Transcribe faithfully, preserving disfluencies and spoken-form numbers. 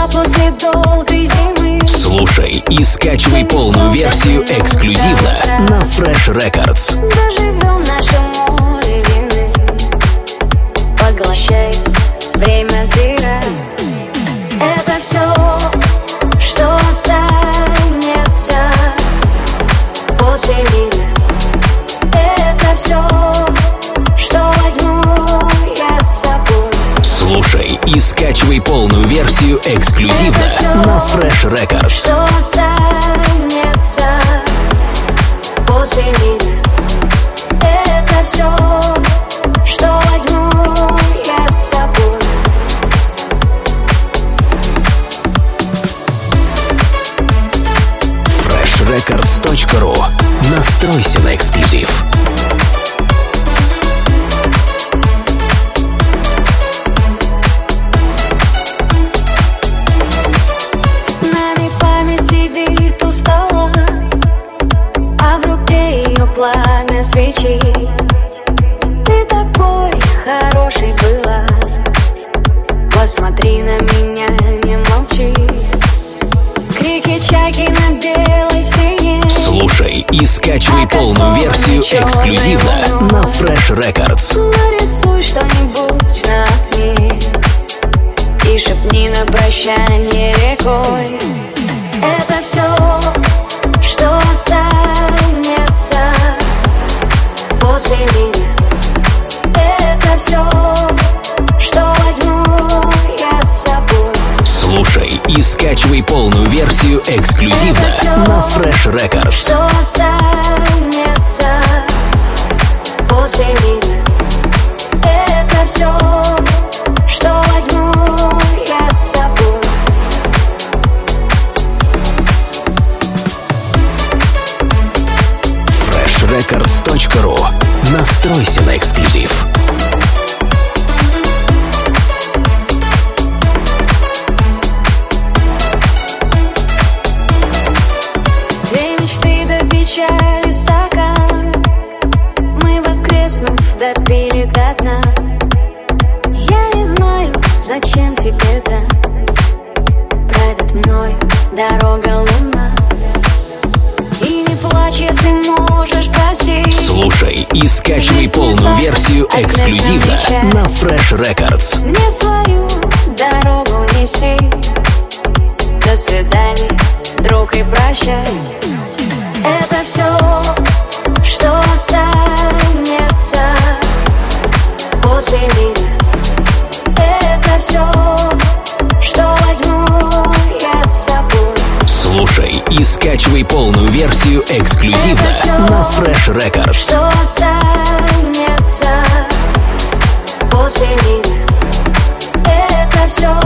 ушла после долгой зимы. Слушай и скачивай полную версию эксклюзивно на Fresh Records. Доживем наше море вины, поглощай время дыра. Это все, что останется после меня. Это все, что возьму я с собой. Слушай и скачивай полную версию эксклюзивно на Fresh Records. Что останется после меня. Это все, что возьму я с собой. фреш рекордс точка ру. Настройся на эксклюзив. С нами память сидит у стола, а в руке ее пламя свечи. Ты такой хороший была, посмотри на меня, не молчи. Крики чайки на белой стене. Слушай и скачивай полную версию эксклюзивно на Fresh Records. Нарисуй что-нибудь на окне и шепни на прощание рекой. Это все, что останется после меня. Это все, что возьму я с собой. Слушай и скачивай полную версию эксклюзивно на Fresh Records. Что останется после меня. Это все, что возьму я с собой. фреш рекордс точка ру. Настройся на эксклюзив. Две мечты до печали стакан, мы, воскреснув, допили до дна. Я не знаю, зачем тебе это, правит мной дорога луна. И не плачь, если можешь простить. Слушай и скачивай полную версию эксклюзивно на Fresh Records. Мне свою дорогу неси. До свидания, друг, и прощай. Это все, что останется после меня. Это все, что возьму я с собой. Слушай и скачивай полную версию эксклюзивно на Fresh Records. Что останется после меня. Это все,